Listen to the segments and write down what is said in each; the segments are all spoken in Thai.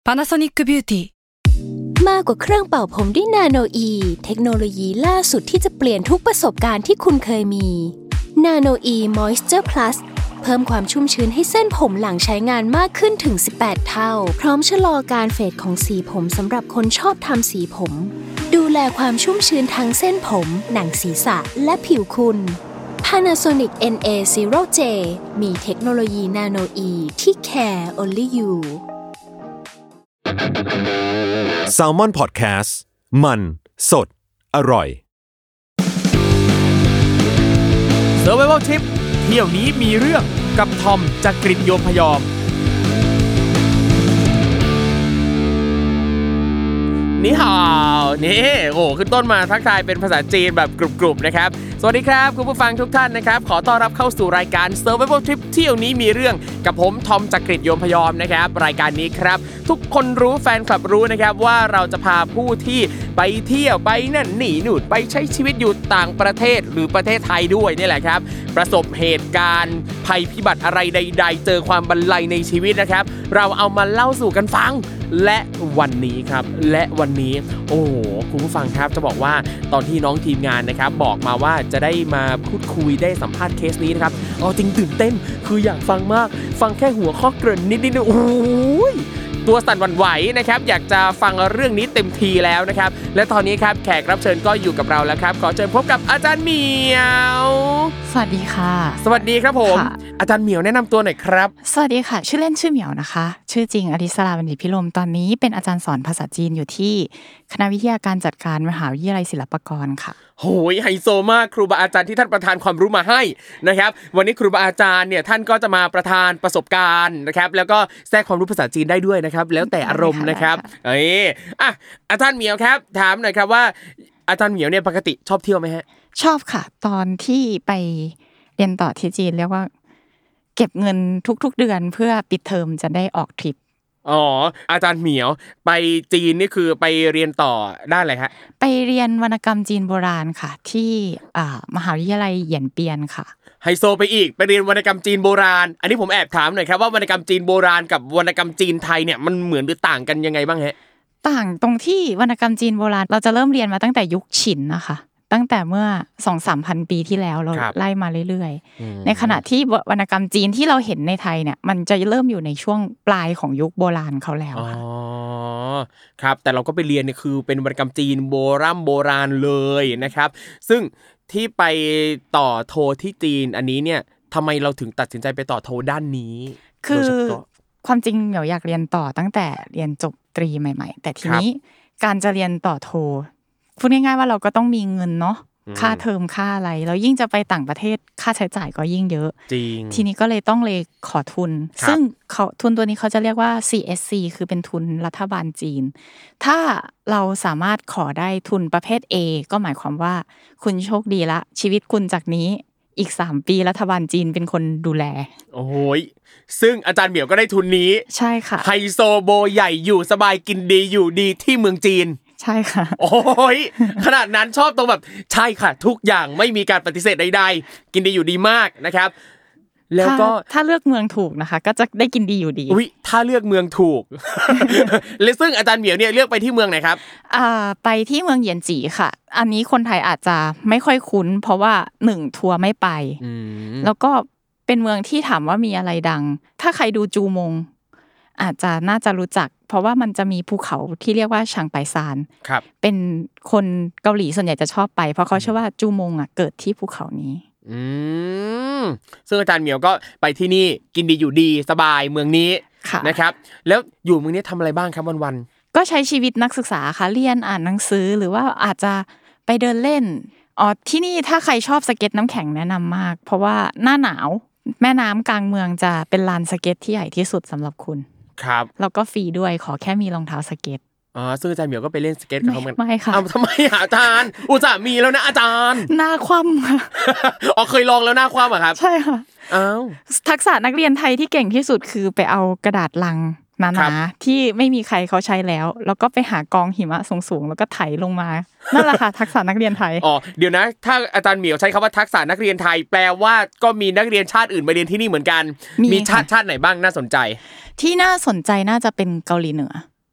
Panasonic Beauty มากกว่าเครื่องเป่าผมด้วยนาโนอีเทคโนโลยีล่าสุดที่จะเปลี่ยนทุกประสบการณ์ที่คุณเคยมีนาโนอีมอยส์เจอร์พลัสเพิ่มความชุ่มชื้นให้เส้นผมหลังใช้งานมากขึ้นถึง18เท่าพร้อมชะลอการเฟดของสีผมสำหรับคนชอบทำสีผมดูแลความชุ่มชื้นทั้งเส้นผมหนังศีรษะและผิวคุณ Panasonic NA0J มีเทคโนโลยีนาโนอีที่ care only you Salmon Podcast มันสดอร่อย Survival Trip เที่ยวนี้มีเรื่องกับทอมจากกรีฑโยมพยอมนี่ห่าวนี่โอ้ขึ้นต้นมาทักทายเป็นภาษาจีนแบบกรุบๆนะครับสวัสดีครับคุณผู้ฟังทุกท่านนะครับขอต้อนรับเข้าสู่รายการ Survival Trip เที่ยวนี้มีเรื่องกับผมทอมจากกรีฑโยมพยอมนะครับรายการนี้ครับทุกคนรู้แฟนคลับรู้นะครับว่าเราจะพาผู้ที่ไปเที่ยวไปนั่นนี่นู่นไปใช้ชีวิตอยู่ต่างประเทศหรือประเทศไทยด้วยนี่แหละครับประสบเหตุการณ์ภัยพิบัติอะไรใดๆเจอความบันไลในชีวิตนะครับเราเอามาเล่าสู่กันฟังและวันนี้ครับและวันนี้โอ้โหคุณผู้ฟังครับจะบอกว่าตอนที่น้องทีมงานนะครับบอกมาว่าจะได้มาพูดคุยได้สัมภาษณ์เคสนี้นะครับเอาจริงตื่นเต้นคืออยากฟังมากฟังแค่หัวข้อเกริ่นนิดๆโอ้ยตัวสั่นหวั่นไหวนะครับอยากจะฟังเรื่องนี้เต็มทีแล้วนะครับและตอนนี้ครับแขกรับเชิญก็อยู่กับเราแล้วครับขอเชิญพบกับอาจารย์เหมียวสวัสดีค่ะสวัสดีครับผมอาจารย์เหมียวแนะนำตัวหน่อยครับสวัสดีค่ะชื่อเล่นชื่อเหมียวนะคะชื่อจริงอริสราบัณฑิตพิรมตอนนี้เป็นอาจารย์สอนภาษาจีนอยู่ที่คณะวิทยาการจัดการมหาวิทยาลัยศิลปากรค่ะโหยไฮโซมากครูบาอาจารย์ที่ท่านประทานความรู้มาให้นะครับวันนี้ครูบาอาจารย์เนี่ยท่านก็จะมาประทานประสบการณ์นะครับแล้วก็แทรกความรู้ภาษาจีนได้ด้วยนะครับแล้วแต่อารมณ์นะครับอาจารย์เหมียวครับถามหน่อยครับว่าอาจารย์เหมียวเนี่ยปกติชอบเที่ยวไหมฮะชอบค่ะตอนที่ไปเรียนต่อที่จีนเรียกว่าเก็บเงินทุกๆเดือนเพื่อปิดเทอมจะได้ออกทริปอ๋ออาจารย์เหมียวไปจีนนี่คือไปเรียนต่อด้านอะไรฮะไปเรียนวรรณกรรมจีนโบราณค่ะที่มหาวิทยาลัยเหยียนเปียนค่ะไฮโซไปอีกไปเรียนวรรณกรรมจีนโบราณอันนี้ผมแอบถามหน่อยครับว่าวรรณกรรมจีนโบราณกับวรรณกรรมจีนไทยเนี่ยมันเหมือนหรือต่างกันยังไงบ้างฮะต่างตรงที่วรรณกรรมจีนโบราณเราจะเริ่มเรียนมาตั้งแต่ยุคฉินนะคะตั้งแต่เมื่อ 2-3 พันปีที่แล้วเราไล่มาเรื่อยๆในขณะที่วรรณกรรมจีนที่เราเห็นในไทยเนี่ยมันจะเริ่มอยู่ในช่วงปลายของยุคโบราณเขาแล้วค่ะอ๋อครับแต่เราก็ไปเรียนเนี่ยคือเป็นวรรณกรรมจีนโบราณเลยนะครับซึ่งที่ไปต่อโทที่จีนอันนี้เนี่ยทำไมเราถึงตัดสินใจไปต่อโทด้านนี้คือความจริงเดี๋ยวอยากเรียนต่อตั้งแต่เรียนจบตรีใหม่ๆแต่ทีนี้การจะเรียนต่อโทพูดง่ายๆว่าเราก็ต้องมีเงินเนาะค่าเทอมค่าอะไรแล้วยิ่งจะไปต่างประเทศค่าใช้จ่ายก็ยิ่งเยอะจริงทีนี้ก็เลยต้องเลยขอทุนซึ่งเขาทุนตัวนี้เขาจะเรียกว่า CSC คือเป็นทุนรัฐบาลจีนถ้าเราสามารถขอได้ทุนประเภท A ก็หมายความว่าคุณโชคดีละชีวิตคุณจากนี้อีก3ปีรัฐบาลจีนเป็นคนดูแลโอ้โหซึ่งอาจารย์เหมียวก็ได้ทุนนี้ใช่ค่ะไฮโซโบใหญ่อยู่สบายกินดีอยู่ดีที่เมืองจีนใช่ค่ะโอ้ยขนาดนั้นชอบตรงแบบใช่ค่ะทุกอย่างไม่มีการปฏิเสธใดๆกินดีอยู่ดีมากนะครับแล้วก็ถ้าเลือกเมืองถูกนะคะก็จะได้กินดีอยู่ดีอุ๊ยถ้าเลือกเมืองถูก และซึ่งอาจารย์เหมียวเนี่ยเลือกไปที่เมืองไหนครับไปที่เมืองเหยียนจีค่ะอันนี้คนไทยอาจจะไม่ค่อยคุ้นเพราะว่า1ทัวร์ไม่ไปแล้วก็เป็นเมืองที่ถามว่ามีอะไรดังถ้าใครดูจูมงอาจจะน่าจะรู้จักเพราะว่ามันจะมีภูเขาที่เรียกว่าฉางไปซานเป็นคนเกาหลีส่วนใหญ่จะชอบไปเพราะเขาเชื่อว่าจูมงเกิดที่ภูเขานี้ซึ่งอาจารย์เหมียวก็ไปที่นี่กินดีอยู่ดีสบายเมืองนี้นะครับแล้วอยู่เมืองนี้ทำอะไรบ้างครับวันๆก็ใช้ชีวิตนักศึกษาค่ะเรียนอ่านหนังสือหรือว่าอาจจะไปเดินเล่นที่นี่ถ้าใครชอบสเก็ตน้ำแข็งแนะนำมากเพราะว่าหน้าหนาวแม่น้ำกลางเมืองจะเป็นลานสเก็ตที่ใหญ่ที่สุดสำหรับคุณครับแล้วก็ฟรีด้วยขอแค่มีรองเท้าสเก็ตซึ่งอาจารย์เหมียวก็ไปเล่นสเก็ตกับเขาเหมือนไม่ค่ะทำไมอาจารย์อุตส่าห์มีแล้วนะอาจารย์หน้าคว่ำค่ะเคยลองแล้วหน้าคว่ำอะครับใช่ค่ะทักษะนักเรียนไทยที่เก่งที่สุดคือไปเอากระดาษลังหนาๆที่ไม่มีใครเขาใช้แล้วก็ไปหากองหิมะสูงๆแล้วก็ไถลงมานั่นแหละค่ะทักษะนักเรียนไทยเดี๋ยวนะถ้าอาจารย์เหมียวใช้คำว่าทักษะนักเรียนไทยแปลว่าก็มีนักเรียนชาติอื่นมาเรียนที่นี่เหมือนกันมีชาติไหนบ้างน่าสนใจที่น่าสนใจน่าจะเป็นเกาหลีเหนือ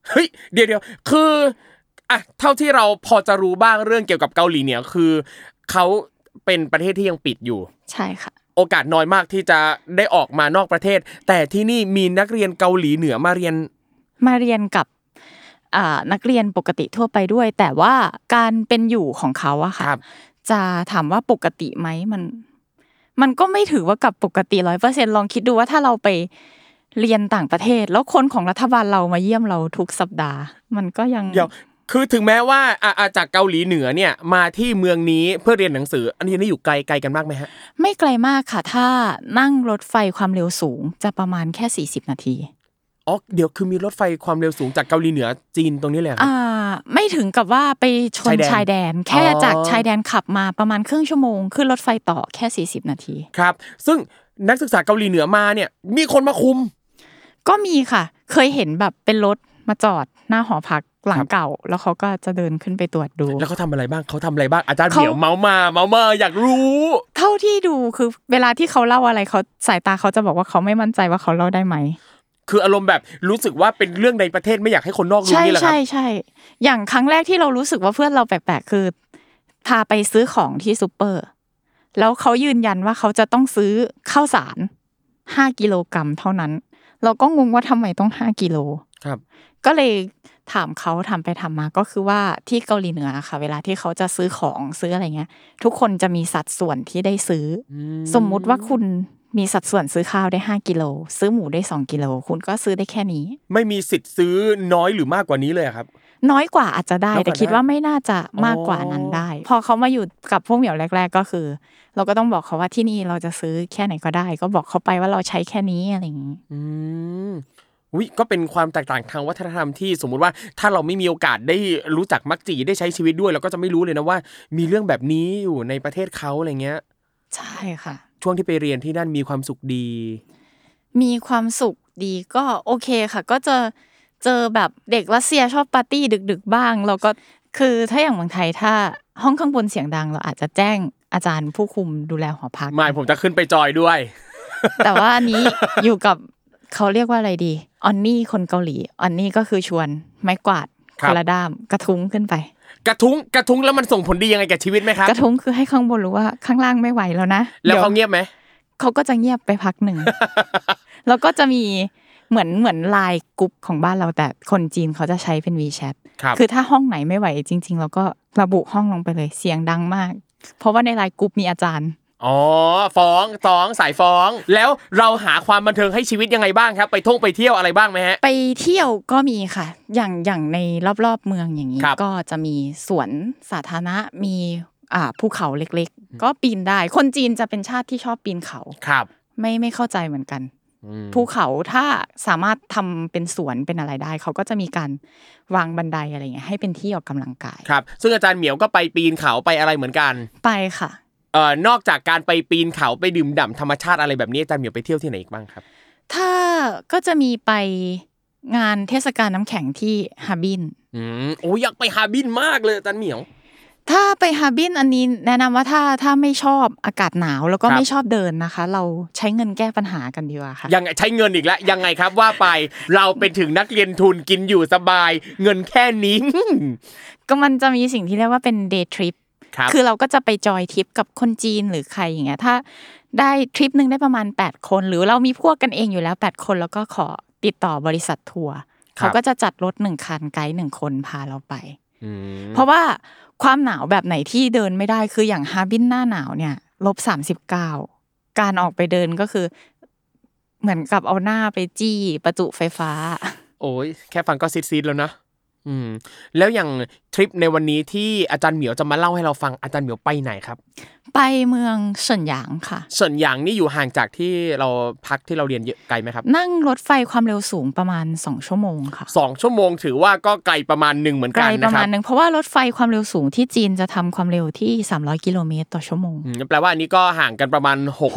เฮ้ยเดี๋ยวคืออ่ะเท่าที่เราพอจะรู้บ้างเรื่องเกี่ยวกับเกาหลีเนี่ยคือเขาเป็นประเทศที่ยังปิดอยู่ใช่ค่ะโอกาสน้อยมากที่จะได้ออกมานอกประเทศแต่ที่นี่มีนักเรียนเกาหลีเหนือมาเรียนกับนักเรียนปกติทั่วไปด้วยแต่ว่าการเป็นอยู่ของเขาอะค่ะจะถามว่าปกติไหมมันก็ไม่ถือว่ากับปกติ 100% ลองคิดดูว่าถ้าเราไปเรียนต่างประเทศแล้วคนของรัฐบาลเรามาเยี่ยมเราทุกสัปดาห์มันก็ยังคือถึงแม้ว่าจากเกาหลีเหนือเนี่ยมาที่เมืองนี้เพื่อเรียนหนังสืออันนี้อยู่ไกลกันมากไหมฮะไม่ไกลมากค่ะถ้านั่งรถไฟความเร็วสูงจะประมาณแค่40นาทีอ๋อเดี๋ยวคือมีรถไฟความเร็วสูงจากเกาหลีเหนือจีนตรงนี้เลยครับไม่ถึงกับว่าไปชนชายแดนแค่จากชายแดนขับมาประมาณครึ่งชั่วโมงขึ้นรถไฟต่อแค่40นาทีครับซึ่งนักศึกษาเกาหลีเหนือมาเนี่ยมีคนมาคุมก็มีค่ะเคยเห็นแบบเป็นรถมาจอดหน้าหอพักหลังเก่าแล้วเขาก็จะเดินขึ้นไปตรวจดูแล้วเขาทำอะไรบ้างอาจารย์เหมียวเมามาอยากรู้เท่าที่ดูคือเวลาที่เขาเล่าอะไรเขาสายตาเขาจะบอกว่าเขาไม่มั่นใจว่าเขาเล่าได้ไหมคืออารมณ์แบบรู้สึกว่าเป็นเรื่องในประเทศไม่อยากให้คนนอกรู้นี่แหละครับใช่อย่างครั้งแรกที่เรารู้สึกว่าเพื่อนเราแปลกๆคือพาไปซื้อของที่ซุปเปอร์แล้วเขายืนยันว่าเขาจะต้องซื้อข้าวสาร5กิโลกรัมเท่านั้นเราก็งงว่าทำไมต้อง5กิโลครับก็เลยถามเขาทำไปทำมาก็คือว่าที่เกาหลีเหนือค่ะเวลาที่เขาจะซื้อของซื้ออะไรเงี้ยทุกคนจะมีสัดส่วนที่ได้ซื้อสมมุติว่าคุณมีสัดส่วนซื้อข้าวได้5กิโลซื้อหมูได้2กิโลคุณก็ซื้อได้แค่นี้ไม่มีสิทธิ์ซื้อน้อยหรือมากกว่านี้เลยครับน้อยกว่าอาจจะได้แต่คิดว่าไม่น่าจะมากกว่านั้นได้พอเขามาอยู่กับพวกเหมียวแรกๆก็คือเราก็ต้องบอกเขาว่าที่นี่เราจะซื้อแค่ไหนก็ได้ก็บอกเขาไปว่าเราใช้แค่นี้อะไรอย่างนี้ก็เป็นความแตกต่างทางวัฒนธรรมที่สมมุติว่าถ้าเราไม่มีโอกาสได้รู้จักมักจีได้ใช้ชีวิตด้วยเราก็จะไม่รู้เลยนะว่ามีเรื่องแบบนี้อยู่ในประเทศเขาอะไรเงี้ยใช่ค่ะช่วงที่ไปเรียนที่นั่นมีความสุขดีมีความสุขดีก็โอเคค่ะก็จะเจอแบบเด็กรัสเซียชอบปาร์ตี้ดึกๆบ้างเราก็คือถ้าอย่างเมืองไทยถ้าห้องข้างบนเสียงดังเราอาจจะแจ้งอาจารย์ผู้คุมดูแลหอพักไม่ผมจะขึ้นไปจอยด้วยแต่ว่าอันนี้อยู่กับเขาเรียกว่าอะไรดีออนนี่คนเกาหลีออนนี่ก็คือชวนไม้กวาดคนละด้ามกระทุ้งขึ้นไปกระทุ้งแล้วมันส่งผลดียังไงกับชีวิตไหมครับกระทุ้งคือให้ข้างบนรู้ว่าข้างล่างไม่ไหวแล้วนะแล้วเขาเงียบไหมเขาก็จะเงียบไปพักหนึ่ง แล้วก็จะมีเหมือนไลน์กลุ่มของบ้านเราแต่คนจีนเขาจะใช้เป็น WeChat คือถ้าห้องไหนไม่ไหวจริงๆเราก็ระบุห้องลงไปเลยเสียงดังมากเพราะว่าในไลน์กลุ่มมีอาจารย์ฟ้องสายฟ้องแล้วเราหาความบันเทิงให้ชีวิตยังไงบ้างครับไปเที่ยวอะไรบ้างไหมฮะไปเที่ยวก็มีค่ะอย่างในรอบๆเมืองอย่างนี้ก็จะมีสวนสาธารณะมีภูเขาเล็กๆก็ปีนได้คนจีนจะเป็นชาติที่ชอบปีนเขาครับไม่เข้าใจเหมือนกันภูเขาถ้าสามารถทำเป็นสวนเป็นอะไรได้เขาก็จะมีการวางบันไดอะไรเงี้ยให้เป็นที่ออกกำลังกายครับซึ่งอาจารย์เหมียวก็ไปปีนเขาไปอะไรเหมือนกันไปค่ะนอกจากการไปปีนเขาไปดื่มด่ำธรรมชาติอะไรแบบนี้อาจารย์เหมียวไปเที่ยวที่ไหนอีกบ้างครับถ้าก็จะมีไปงานเทศกาลน้ำแข็งที่ฮาร์บินอยากไปฮาร์บินมากเลยอาจารย์เหมียวถ้าไปฮาร์บินอันนี้แนะนำว่าถ้าไม่ชอบอากาศหนาวแล้วก็ไม่ชอบเดินนะคะเราใช้เงินแก้ปัญหากันดีกว่าค่ะยังไงใช้เงินอีกแล้วยังไงครับว่าไปเราเป็นถึงนักเรียนทุนกินอยู่สบายเงินแค่นี้ก็มันจะมีสิ่งที่เรียกว่าเป็นเดย์ทริปคือเราก็จะไปจอยทริปกับคนจีนหรือใครอย่างเงี้ยถ้าได้ทริปนึงได้ประมาณ8คนหรือเรามีพวกกันเองอยู่แล้ว8คนแล้วก็ขอติดต่อบริษัททัวร์เขาก็จะจัดรถ1คันไกด์1คนพาเราไปเพราะว่าความหนาวแบบไหนที่เดินไม่ได้คืออย่างฮาร์บินหน้าหนาวเนี่ย-39การออกไปเดินก็คือเหมือนกับเอาหน้าไปจี้ประจุไฟฟ้าโอ้ยแค่ฟังก็ซีดๆแล้วนะแล้วอย่างทริปในวันนี้ที่อาจารย์เหมียวจะมาเล่าให้เราฟังอาจารย์เหมียวไปไหนครับไปเมืองเซินหยางค่ะเซินหยางนี่อยู่ห่างจากที่เราพักที่เราเรียนเยอะไกลไหมครับนั่งรถไฟความเร็วสูงประมาณ2ชั่วโมงค่ะ 2ชั่วโมงถือว่าก็ไกลประมาณนึงเหมือนกันนะครับไกลประมาณนึงเพราะว่ารถไฟความเร็วสูงที่จีนจะทำความเร็วที่300กิโลเมตรต่อชั่วโมงแปลว่าอันนี้ก็ห่างกันประมาณ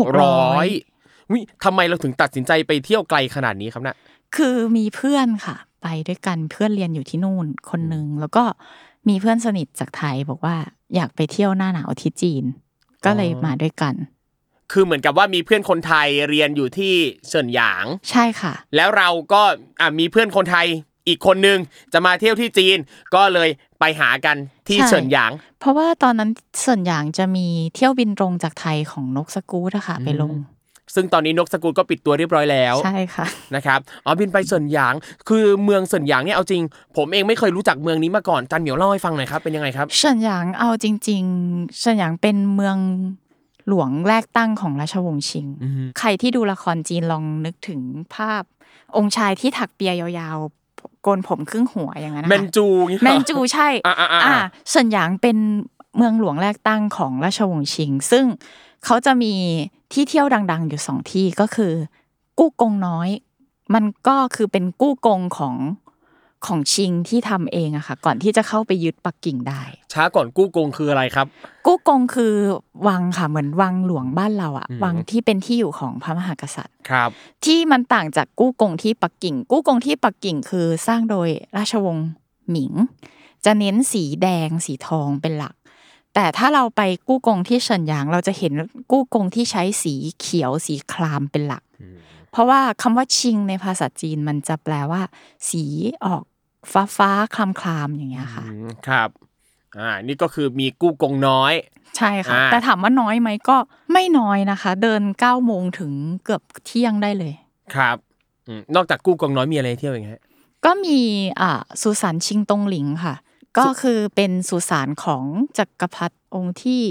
600ทำไมเราถึงตัดสินใจไปเที่ยวไกลขนาดนี้ครับน่ะคือมีเพื่อนค่ะไปด้วยกันเพื่อนเรียนอยู่ที่นู่นคนนึงแล้วก็มีเพื่อนสนิทจากไทยบอกว่าอยากไปเที่ยวหน้าหนาวที่จีนก็เลยมาด้วยกันคือเหมือนกับว่ามีเพื่อนคนไทยเรียนอยู่ที่เซินหยางใช่ค่ะแล้วเราก็มีเพื่อนคนไทยอีกคนนึงจะมาเที่ยวที่จีนก็เลยไปหากันที่เฉินหยางเพราะว่าตอนนั้นเฉินหยางจะมีเที่ยวบินตรงจากไทยของนกสกู๊ตค่ะไปลงซึ่งตอนนี้นกสกู๊ตก็ปิดตัวเรียบร้อยแล้วใช่ค่ะนะครับบินไปเฉินหยางคือเมืองเฉินหยางเนี่ยเอาจริงผมเองไม่เคยรู้จักเมืองนี้มาก่อนจันเหมียวเล่าให้ฟังหน่อยครับเป็นยังไงครับเฉินหยางเอาจริงๆเฉินหยางเป็นเมืองหลวงแรกตั้งของราชวงศ์ชิงใครที่ดูละครจีนลองนึกถึงภาพองค์ชายที่ถักเปียยาวๆโกนผมครึ่งหัวอย่างนั้นนะคะแมนจูใช่เฉินหยางเป็นเมืองหลวงแรกตั้งของราชวงศ์ชิงซึ่งเขาจะมีที่เที่ยวดังๆอยู่2ที่ก็คือกู้กงน้อยมันก็คือเป็นกู้กงของชิงที่ทำเองอะค่ะก่อนที่จะเข้าไปยึดปักกิ่งได้ช้าก่อนกู้กงคืออะไรครับกู้กงคือวังค่ะเหมือนวังหลวงบ้านเราอะวังที่เป็นที่อยู่ของพระมหากษัตริย์ครับที่มันต่างจากกู้กงที่ปักกิ่งกู้กงที่ปักกิ่งคือสร้างโดยราชวงศ์หมิงจะเน้นสีแดงสีทองเป็นหลักแต่ถ้าเราไปกู้กงที่เฉินหยางเราจะเห็นกู้กงที่ใช้สีเขียวสีครามเป็นหลักเพราะว่าคำว่าชิงในภาษาจีนมันจะแปลว่าสีออกฟ้าคลามๆอย่างเงี้ยค่ะครับนี่ก็คือมีกู้กงน้อยใช่ค่ะแต่ถามว่าน้อยไหมก็ไม่น้อยนะคะเดิน 9 โมงถึงเกือบเที่ยงได้เลยครับนอกจากกู้กงน้อยมีอะไรเที่ยวอีกฮะก็มีสุสานชิงตงหลิงค่ะก็คือเป็นสุสานของจักรพรรดิองค์ที่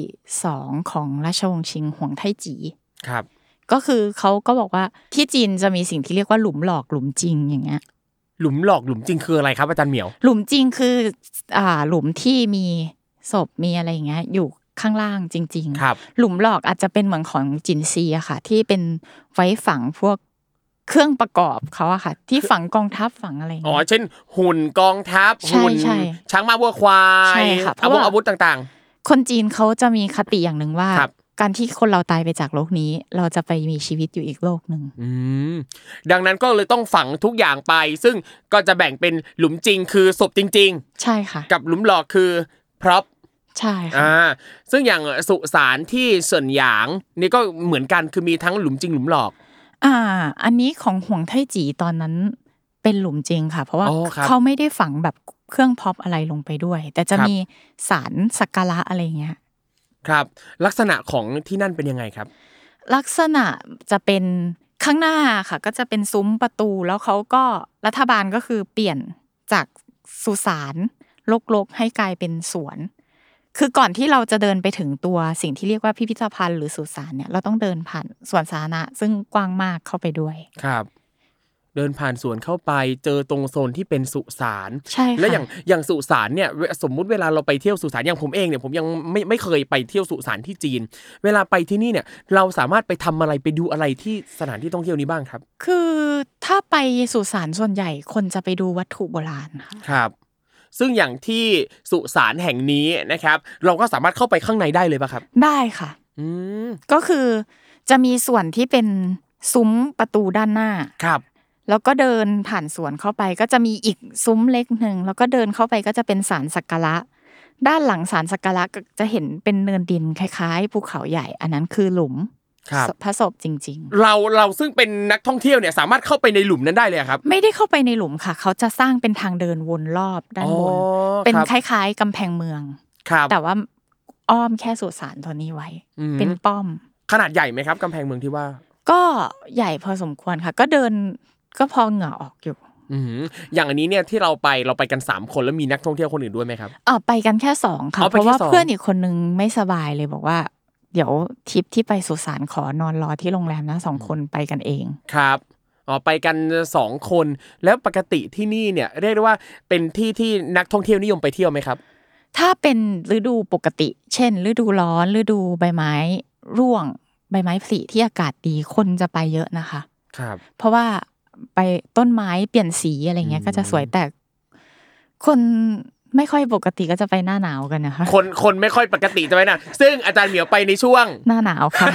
2ของราชวงศ์ชิงหวงไทจีครับก็คือเขาก็บอกว่าที่จีนจะมีสิ่งที่เรียกว่าหลุมหลอกหลุมจริงอย่างเงี้ยหลุมหลอกหลุมจริงคืออะไรครับอาจารย์เหมียวหลุมจริงคือหลุมที่มีศพมีอะไรอย่างเงี้ยอยู่ข้างล่างจริงๆครับหลุมหลอกอาจจะเป็นเหมือนของจินซีอะค่ะที่เป็นไว้ฝังพวกเครื่องประกอบเขาอะค่ะที่ฝังกองทัพฝังอะไรเช่นหุ่นกองทัพหุ่นช้างม้าวัวควายอาวุธต่างๆคนจีนเขาจะมีคติอย่างนึงว่าการที่คนเราตายไปจากโลกนี้เราจะไปมีชีวิตอยู่อีกโลกนึงดังนั้นก็เลยต้องฝังทุกอย่างไปซึ่งก็จะแบ่งเป็นหลุมจริงคือศพจริงๆใช่ค่ะกับหลุมหลอกคือพร็อพใช่ค่ะซึ่งอย่างสุสานที่เฉินหยางนี่ก็เหมือนกันคือมีทั้งหลุมจริงหลุมหลอกอันนี้ของหวงไทจีตอนนั้นเป็นหลุมจริงค่ะเพราะว่าเขาไม่ได้ฝังแบบเครื่องพ็อปอะไรลงไปด้วยแต่จะมีศาลสักการะอะไรเงี้ยครับลักษณะของที่นั่นเป็นยังไงครับลักษณะจะเป็นข้างหน้าค่ะก็จะเป็นซุ้มประตูแล้วเขาก็รัฐบาลก็คือเปลี่ยนจากสุสานรกๆให้กลายเป็นสวนคือก่อนที่เราจะเดินไปถึงตัวสิ่งที่เรียกว่าพิพิธภัณฑ์หรือสุสานเนี่ยเราต้องเดินผ่านสวนสาธารณะซึ่งกว้างมากเข้าไปด้วยครับเดินผ่านสวนเข้าไปเจอตรงโซนที่เป็นสุสานใช่ค่ะและอย่างสุสานเนี่ยสมมุติเวลาเราไปเที่ยวสุสานอย่างผมเองเนี่ยผมยังไม่เคยไปเที่ยวสุสานที่จีนเวลาไปที่นี่เนี่ยเราสามารถไปทำอะไรไปดูอะไรที่สถานที่ท่องเที่ยวนี้บ้างครับคือถ้าไปสุสานส่วนใหญ่คนจะไปดูวัตถุโบราณครับซึ่งอย่างที่สุสานแห่งนี้นะครับเราก็สามารถเข้าไปข้างในได้เลยป่ะครับได้ค่ะก็คือจะมีส่วนที่เป็นซุ้มประตูด้านหน้าครับแล้วก็เดินผ่านสวนเข้าไปก็จะมีอีกซุ้มเล็กนึงแล้วก็เดินเข้าไปก็จะเป็นศาลสักการะด้านหลังศาลสักการะจะเห็นเป็นเนินดินคล้ายๆภูเขาใหญ่อันนั้นคือหลุมพระศพจริงๆเราซึ่งเป็นนักท่องเที่ยวเนี่ยสามารถเข้าไปในหลุมนั้นได้เลยครับไม่ได้เข้าไปในหลุมค่ะเขาจะสร้างเป็นทางเดินวนรอบด้านบนเป็นคล้ายๆกำแพงเมืองแต่ว่าอ้อมแค่สุสานตัวนี้ไว้เป็นป้อมขนาดใหญ่ไหมครับกำแพงเมืองที่ว่าก็ใหญ่พอสมควรค่ะก็เดินก็พอเหงื่อออกอยู่อย่างอันนี้เนี่ยที่เราไปกัน3คนแล้วมีนักท่องเที่ยวคนอื่นด้วยไหมครับไปกันแค่2ค่ะเพราะว่าเพื่อนอีกคนนึงไม่สบายเลยบอกว่าเดี๋ยวทริปที่ไปสุสานขอนอนรอที่โรงแรมนะ2คนไปกันเองครับไปกัน2คนแล้วปกติที่นี่เนี่ยเรียกได้ว่าเป็นที่นักท่องเที่ยวนิยมไปเที่ยวไหมครับถ้าเป็นฤดูปกติเช่นฤดูร้อนฤดูใบไม้ร่วงใบไม้ผลิที่อากาศดีคนจะไปเยอะนะคะครับเพราะว่าไปต้นไม้เปลี่ยนสีอะไรเงี้ยก็จะสวยแต่คนไม่ค่อยปกติก็จะไปหน้าหนาวกันนะคะคนไม่ค่อยปกติจะไปนะซึ่งอาจารย์เหมียวไปในช่วงหน้าหนาวค่ะ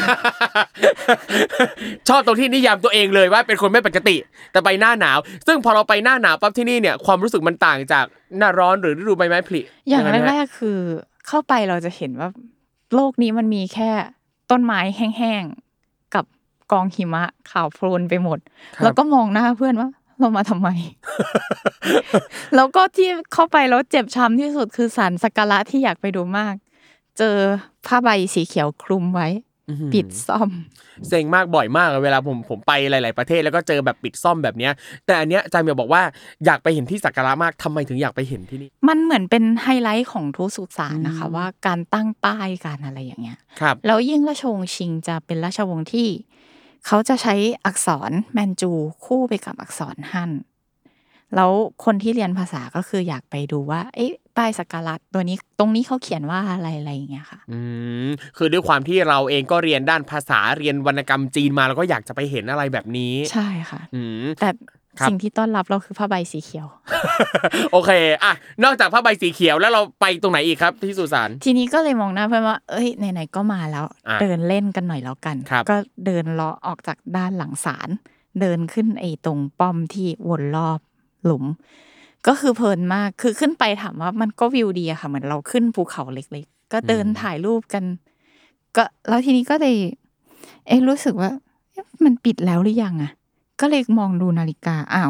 ชอบตรงที่นิยามตัวเองเลยว่าเป็นคนไม่ปกติแต่ไปหน้าหนาวซึ่งพอเราไปหน้าหนาวปั๊บที่นี่เนี่ยความรู้สึกมันต่างจากหน้าร้อนหรือฤดูใบไม้ผลิอย่างแรกๆคือเข้าไปเราจะเห็นว่าโลกนี้มันมีแค่ต้นไม้แห้งๆกับกองหิมะขาวโพลนไปหมดแล้วก็มองหน้าเพื่อนว่าเรามาทำไม แล้วก็ที่เข้าไปแล้วเจ็บช้ำที่สุดคือศาลสักการะที่อยากไปดูมากเจอผ้าใบสีเขียวคลุมไว้ปิดซ่อมเซ็งมากบ่อยมากเวลาผมไปหลายๆประเทศแล้วก็เจอแบบปิดซ่อมแบบเนี้ยแต่อันเนี้ยอาจารย์เหมียวบอกว่าอยากไปเห็นที่สักการะมากทำไมถึงอยากไปเห็นที่นี่มันเหมือนเป็นไฮไลท์ของทุกสุสานนะคะว่าการตั้งป้ายการอะไรอย่างเงี้ยแล้วยิ่งราชวงศ์ชิงจะเป็นราชวงศ์ที่เขาจะใช้อักษรแมนจูคู่ไปกับอักษรฮั่นแล้วคนที่เรียนภาษาก็คืออยากไปดูว่าเอ๊ะป้ายสักการะตัวนี้ตรงนี้เขาเขียนว่าอะไรอย่างเงี้ยค่ะคือด้วยความที่เราเองก็เรียนด้านภาษาเรียนวรรณกรรมจีนมาแล้วก็อยากจะไปเห็นอะไรแบบนี้ใช่ค่ะแต่สิ่งที่ต้อนรับเราคือผ้าใบสีเขียวโอเคอ่ะนอกจากผ้าใบสีเขียวแล้วเราไปตรงไหนอีกครับที่สุสานทีนี้ก็เลยมองหน้าเพื่อนว่าเอ้ยไหนๆก็มาแล้วเดินเล่นกันหน่อยแล้วกันก็เดินเลาะออกจากด้านหลังศาลเดินขึ้นไอ้ตรงป้อมที่วนรอบหลุมก็คือเพลินมากคือขึ้นไปถามว่ามันก็วิวดีอะค่ะเหมือนเราขึ้นภูเขาเล็กๆก็เดินถ่ายรูปกันก็แล้วทีนี้ก็เลยรู้สึกว่ามันปิดแล้วหรือยังอะก็เลยมองดูนาฬิกาอ้าว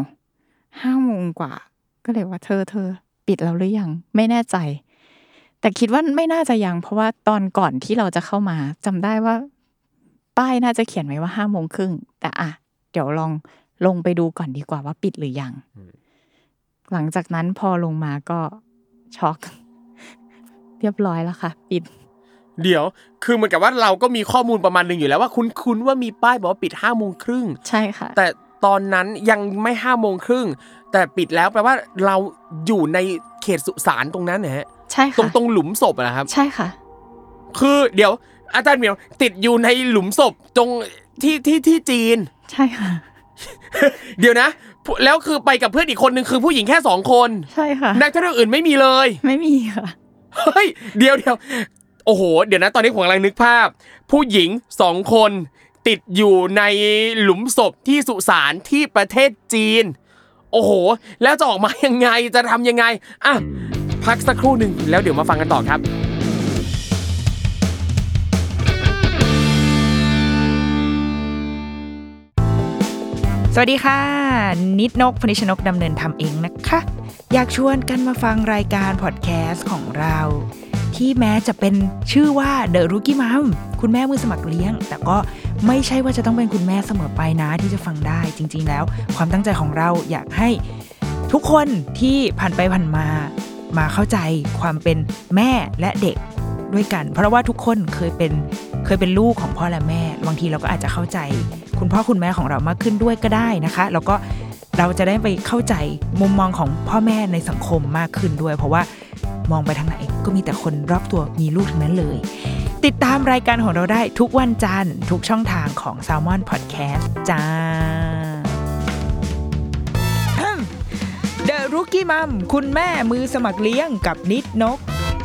5:00 นกว่าก็เลยว่าเธอปิดแล้วหรือยังไม่แน่ใจแต่คิดว่าไม่น่าจะยังเพราะว่าตอนก่อนที่เราจะเข้ามาจำได้ว่าป้ายน่าจะเขียนไว้ว่า 5:30 นแต่เดี๋ยวลองลงไปดูก่อนดีกว่าว่าปิดหรือยังหลังจากนั้นพอลงมาก็ช็อกเรียบร้อยแล้วค่ะปิดเดี๋ยวคือเหมือนกับว่าเราก็มีข้อมูลประมาณนึงอยู่แล้วว่าคุ้นว่ามีป้ายบอกว่าปิด 5:30 นใช่ค่ะแต่ตอนนั้นยังไม่ 5:30 นแต่ปิดแล้วแปลว่าเราอยู่ในเขตสุสานตรงนั้นนะฮะใช่ค่ะตรงหลุมศพนะครับใช่ค่ะคือเดี๋ยวอาจารย์เหมียวติดอยู่ในหลุมศพตรงที่จีนใช่ค่ะเดี๋ยวนะแล้วคือไปกับเพื่อนอีกคนนึงคือผู้หญิงแค่2 คนใช่ค่ะนักท่องเที่ยวอื่นไม่มีเลยไม่มีค่ะเฮ้ยเดี๋ยวโอ้โหเดี๋ยวนะตอนนี้ผมกำลังนึกภาพผู้หญิง2 คนติดอยู่ในหลุมศพที่สุสานที่ประเทศจีนโอ้โหแล้วจะออกมายังไงจะทำยังไงพักสักครู่นึงแล้วเดี๋ยวมาฟังกันต่อครับสวัสดีค่ะนิดนกพนิชนกดำเนินทำเองนะคะอยากชวนกันมาฟังรายการพอดแคสต์ของเราที่แม้จะเป็นชื่อว่า The Rookie Mom คุณแม่มือสมัครเลี้ยงแต่ก็ไม่ใช่ว่าจะต้องเป็นคุณแม่เสมอไปนะที่จะฟังได้จริงๆแล้วความตั้งใจของเราอยากให้ทุกคนที่ผ่านไปผ่านมาเข้าใจความเป็นแม่และเด็กด้วยกันเพราะว่าทุกคนเคยเป็นลูกของพ่อและแม่บางทีเราก็อาจจะเข้าใจคุณพ่อคุณแม่ของเรามากขึ้นด้วยก็ได้นะคะแล้วก็เราจะได้ไปเข้าใจมุมมองของพ่อแม่ในสังคมมากขึ้นด้วยเพราะว่ามองไปทางไหนก็มีแต่คนรอบตัวมีลูกทั้งนั้นเลยติดตามรายการของเราได้ทุกวันจันทร์ทุกช่องทางของ Salmon Podcast จ้า The Rookie Mom คุณแม่มือสมัครเลี้ยงกับนิดนก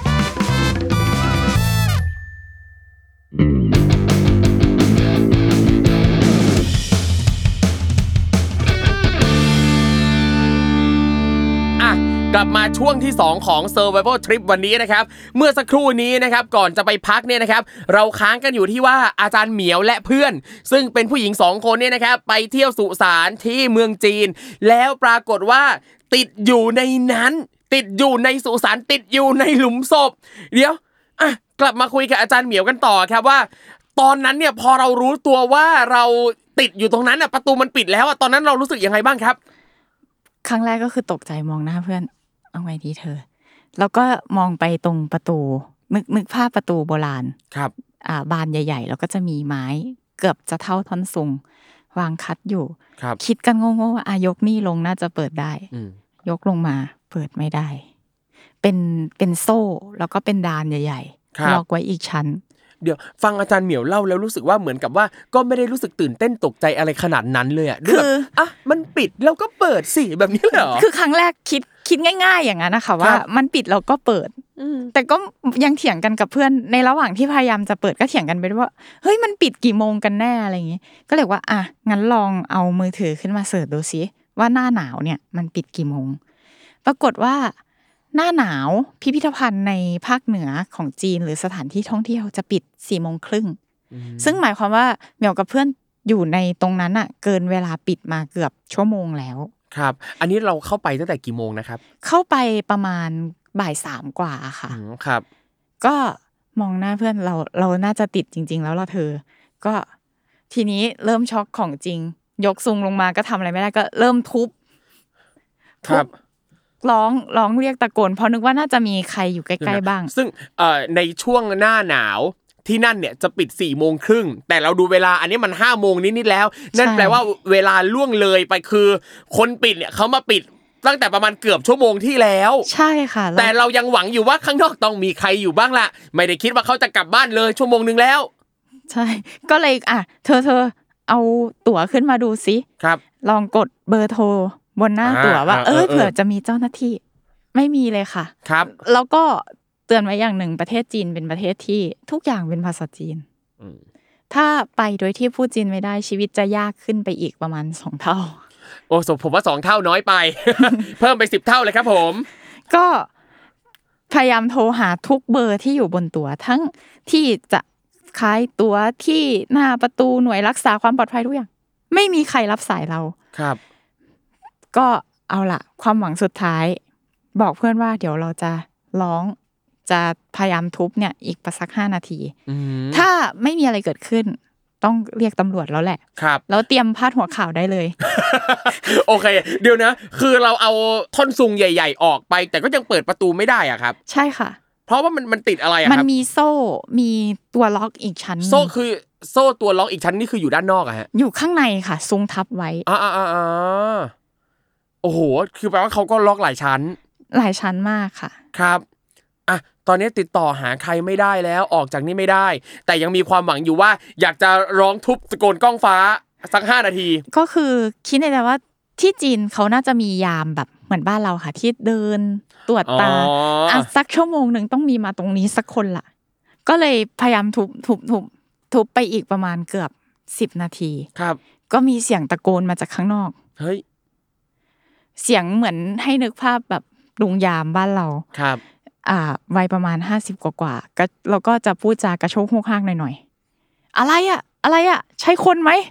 กลับมาช่วงที่2ของ Survival Trip วันนี้นะครับเมื่อสักครู่นี้นะครับก่อนจะไปพักเนี่ยนะครับเราค้างกันอยู่ที่ว่าอาจารย์เหมียวและเพื่อนซึ่งเป็นผู้หญิง2 คนเนี่ยนะครับไปเที่ยวสุสานที่เมืองจีนแล้วปรากฏว่าติดอยู่ในนั้นติดอยู่ในสุสานติดอยู่ในหลุมศพเดี๋ยวกลับมาคุยกับอาจารย์เหมียวกันต่อครับว่าตอนนั้นเนี่ยพอเรารู้ตัวว่าเราติดอยู่ตรงนั้นประตูมันปิดแล้วตอนนั้นเรารู้สึกยังไงบ้างครับครั้งแรกก็คือตกใจมองหน้าเพื่อนเอาไงดีเธอแล้วก็มองไปตรงประตูนึกภาพประตูโบราณครับบานใหญ่ๆแล้วก็จะมีไม้เกือบจะเท่าท่อนสูงวางคัดอยู่คิดกันโง่ๆว่ายกนี่ลงน่าจะเปิดได้ยกลงมาเปิดไม่ได้เป็นโซ่แล้วก็เป็นดานใหญ่ๆล็อกไว้อีกชั้นเดี๋ยวฟังอาจารย์เหมียวเล่าแล้วรู้สึกว่าเหมือนกับว่าก็ไม่ได้รู้สึกตื่นเต้นตกใจอะไรขนาดนั้นเลยคือมันปิดแล้วก็เปิดสิแบบนี้เหรอคือครั้งแรกคิดง่ายๆอย่างนั้นนะคะว่ามันปิดแล้วก็เปิดแต่ก็ยังเถียงกันกับเพื่อนในระหว่างที่พยายามจะเปิดก็เถียงกันไปว่าเฮ้ยมันปิดกี่โมงกันแน่อะไรอย่างงี้ก็เลยว่างั้นลองเอามือถือขึ้นมาเสิร์ชดูซิว่าหน้าหนาวเนี่ยมันปิดกี่โมงปรากฏว่าหน้าหนาวพิพิธภัณฑ์ในภาคเหนือของจีนหรือสถานที่ท่องเที่ยวจะปิด 4:30 นซึ่งหมายความว่าเหมียวกับเพื่อนอยู่ในตรงนั้นเกินเวลาปิดมาเกือบชั่วโมงแล้วครับอันนี้เราเข้าไปตั้งแต่กี่โมงนะครับเข้าไปประมาณบ่าย 3กว่าค่ะครับก็มองหน้าเพื่อนเราน่าจะติดจริงๆแล้วล่ะเธอก็ทีนี้เริ่มช็อกของจริงยกซุงลงมาก็ทำอะไรไม่ได้ก็เริ่มทุบครับร้องเรียกตะโกนเพราะนึกว่าน่าจะมีใครอยู่ใกล้ๆบ้างซึ่งในช่วงหน้าหนาวที่นั่นเนี่ยจะปิด 4:30 นแต่เราดูเวลาอันนี้มัน 5 โมงนิดๆแล้วนั่นแปลว่าเวลาล่วงเลยไปคือคนปิดเนี่ยเขามาปิดตั้งแต่ประมาณเกือบชั่วโมงที่แล้วใช่ค่ะแต่เรายังหวังอยู่ว่าข้างนอกต้องมีใครอยู่บ้างล่ะไม่ได้คิดว่าเขาจะกลับบ้านเลยชั่วโมงนึงแล้วใช่ก็เลยเธอเอาตั๋วขึ้นมาดูสิครับลองกดเบอร์โทรบนหน้าตั๋วว่าเผื่อจะมีเจ้าหน้าที่ไม่มีเลยค่ะครับแล้วก็เตือนไว้อย่างหนึ่งประเทศจีนเป็นประเทศที่ทุกอย่างเป็นภาษาจีนถ้าไปโดยที่พูดจีนไม่ได้ชีวิตจะยากขึ้นไปอีกประมาณ2 เท่าโอ้ผมว่า2 เท่าน้อยไป เพิ่มไป10 เท่าเลยครับผมก็พยายามโทรหาทุกเบอร์ที่อยู่บนตั๋วทั้งที่จะขายตั๋วที่หน้าประตูหน่วยรักษาความปลอดภัยทุกอย่างไม่มีใครรับสายเราครับก็เอาล่ะความหวังสุดท้ายบอกเพื่อนว่าเดี๋ยวเราจะร้องจะพยายามทุบเนี่ยอีกประสัก5 นาทีถ้าไม่มีอะไรเกิดขึ้นต้องเรียกตำรวจแล้วแหละครับแล้วเตรียมพาดหัวข่าวได้เลยโอเคเดี๋ยวนะคือเราเอาท่อนซุงใหญ่ๆออกไปแต่ก็ยังเปิดประตูไม่ได้อ่ะครับใช่ค่ะเพราะว่ามันติดอะไรอ่ะครับมันมีโซ่มีตัวล็อกอีกชั้นโซ่คือโซ่ตัวล็อกอีกชั้นนี่คืออยู่ด้านนอกอะฮะอยู่ข้างในค่ะซุงทับไว้โอ้โหคือแปลว่าเขาก็ล็อกหลายชั้นมากค่ะครับอ่ะตอนนี้ติดต่อหาใครไม่ได้แล้วออกจากนี่ไม่ได้แต่ยังมีความหวังอยู่ว่าอยากจะร้องทุบตะโกนก้องฟ้าสัก5 นาทีก็คือคิดในใจว่าที่จีนเขาน่าจะมียามแบบเหมือนบ้านเราค่ะที่เดินตรวจตาสักชั่วโมงนึงต้องมีมาตรงนี้สักคนล่ะก็เลยพยายามทุบไปอีกประมาณเกือบ10 นาทีครับก็มีเสียงตะโกนมาจากข้างนอกเฮ้ยเสียงเหมือนให้นึกภาพแบบลุงยามบ้านเราครับวัยประมาณ50กว่าก็เราก็จะพูดจากระโชกโฮกฮากหน่อยๆอะไรอะใช่คนไหม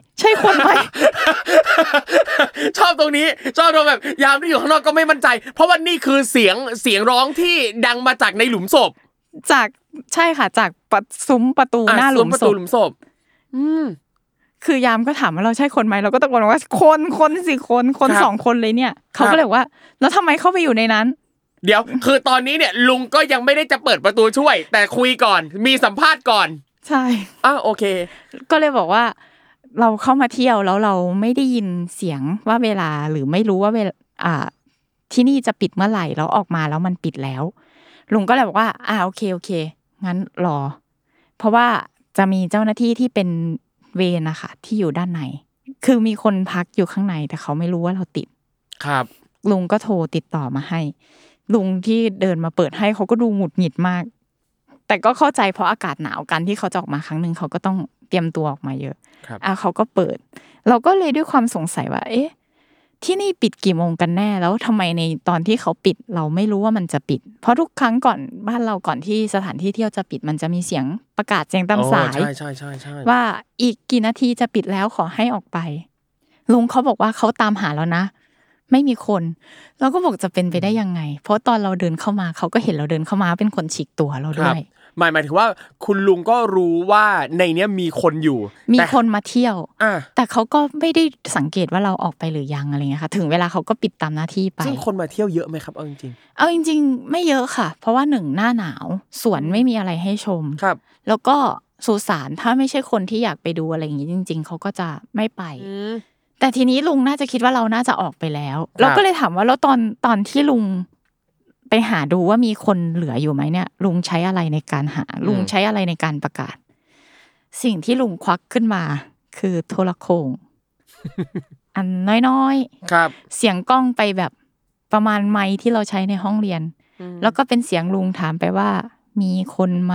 ชอบตรงนี้ชอบตรงแบบยามที่อยู่ข้างนอกก็ไม่มั่นใจเพราะว่านี่คือเสียงร้องที่ดังมาจากในหลุมศพใช่ค่ะจากซุ้มประตูหน้าหลุมศพคือยามก็ถามว่าเราใช่คนไหมเราก็ตะโกนว่าคนสิคน2 คนเลยเนี่ยเขาก็เลยว่าแล้วทำไมเข้าไปอยู่ในนั้นเดี๋ยวคือตอนนี้เนี่ยลุงก็ยังไม่ได้จะเปิดประตูช่วยแต่คุยก่อนมีสัมภาษณ์ก่อนใช่โอเคก็เลยบอกว่าเราเข้ามาเที่ยวแล้วเราไม่ได้ยินเสียงว่าเวลาหรือไม่รู้ว่าที่นี่จะปิดเมื่อไหร่แล้วออกมาแล้วมันปิดแล้วลุงก็เลยบอกว่าโอเคงั้นรอเพราะว่าจะมีเจ้าหน้าที่ที่เป็นเวรนะคะที่อยู่ด้านในคือมีคนพักอยู่ข้างในแต่เขาไม่รู้ว่าเราติดครับลุงก็โทรติดต่อมาให้ลุงที่เดินมาเปิดให้เขาก็ดูหงุดหงิดมากแต่ก็เข้าใจเพราะอากาศหนาวกันที่เขาจะออกมาครั้งนึงเขาก็ต้องเตรียมตัวออกมาเยอะเขาก็เปิดเราก็เลยด้วยความสงสัยว่าที่นี่ปิดกี่โมงกันแน่แล้วทำไมในตอนที่เขาปิดเราไม่รู้ว่ามันจะปิดเพราะทุกครั้งก่อนบ้านเราก่อนที่สถานที่เที่ยวจะปิดมันจะมีเสียงประกาศแจ้งตามสายใช่ว่าอีกกี่นาทีจะปิดแล้วขอให้ออกไปลุงเขาบอกว่าเขาตามหาแล้วนะไม่มีคนเราก็บอกจะเป็นไปได้ยังไงเพราะตอนเราเดินเข้ามาเขาก็เห็นเราเดินเข้ามาเป็นคนฉีกตัวเราด้วยหมายถึงว่าคุณลุงก็รู้ว่าในเนี้ยมีคนอยู่มีคนมาเที่ยวแต่เขาก็ไม่ได้สังเกตว่าเราออกไปหรือยังอะไรเงี้ยค่ะถึงเวลาเขาก็ปิดตามหน้าที่ไปซึ่งคนมาเที่ยวเยอะไหมครับเอาจริงๆไม่เยอะค่ะเพราะว่า1หน้าหนาวสวนไม่มีอะไรให้ชมครับแล้วก็สุสานถ้าไม่ใช่คนที่อยากไปดูอะไรอย่างงี้จริงๆเขาก็จะไม่ไปแต่ทีนี้ลุงน่าจะคิดว่าเราน่าจะออกไปแล้วเราก็เลยถามว่าแล้วตอนที่ลุงไปหาดูว่ามีคนเหลืออยู่ไหมเนี่ยลุงใช้อะไรในการหาลุงใช้อะไรในการประกาศสิ่งที่ลุงควักขึ้นมาคือโทรโข่ง อันน้อยๆครับเสียงกล้องไปแบบประมาณไมค์ที่เราใช้ในห้องเรียนแล้วก็เป็นเสียงลุงถามไปว่ามีคนไหม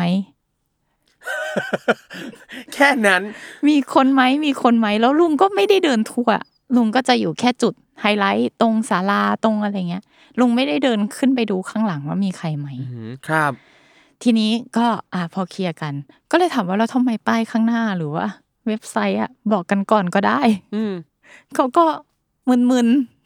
แค่นั้นมีคนไหมแล้วลุงก็ไม่ได้เดินทั่วลุงก็จะอยู่แค่จุดไฮไลท์ตรงศาลาตรงอะไรเงี้ยลุงไม่ได้เดินขึ้นไปดูข้างหลังว่ามีใครไหมครับทีนี้ก็พอเคลียร์กันก็เลยถามว่าเราทำไมป้ายข้างหน้าหรือว่าเว็บไซต์บอกกันก่อนก็ได้เขาก็มึน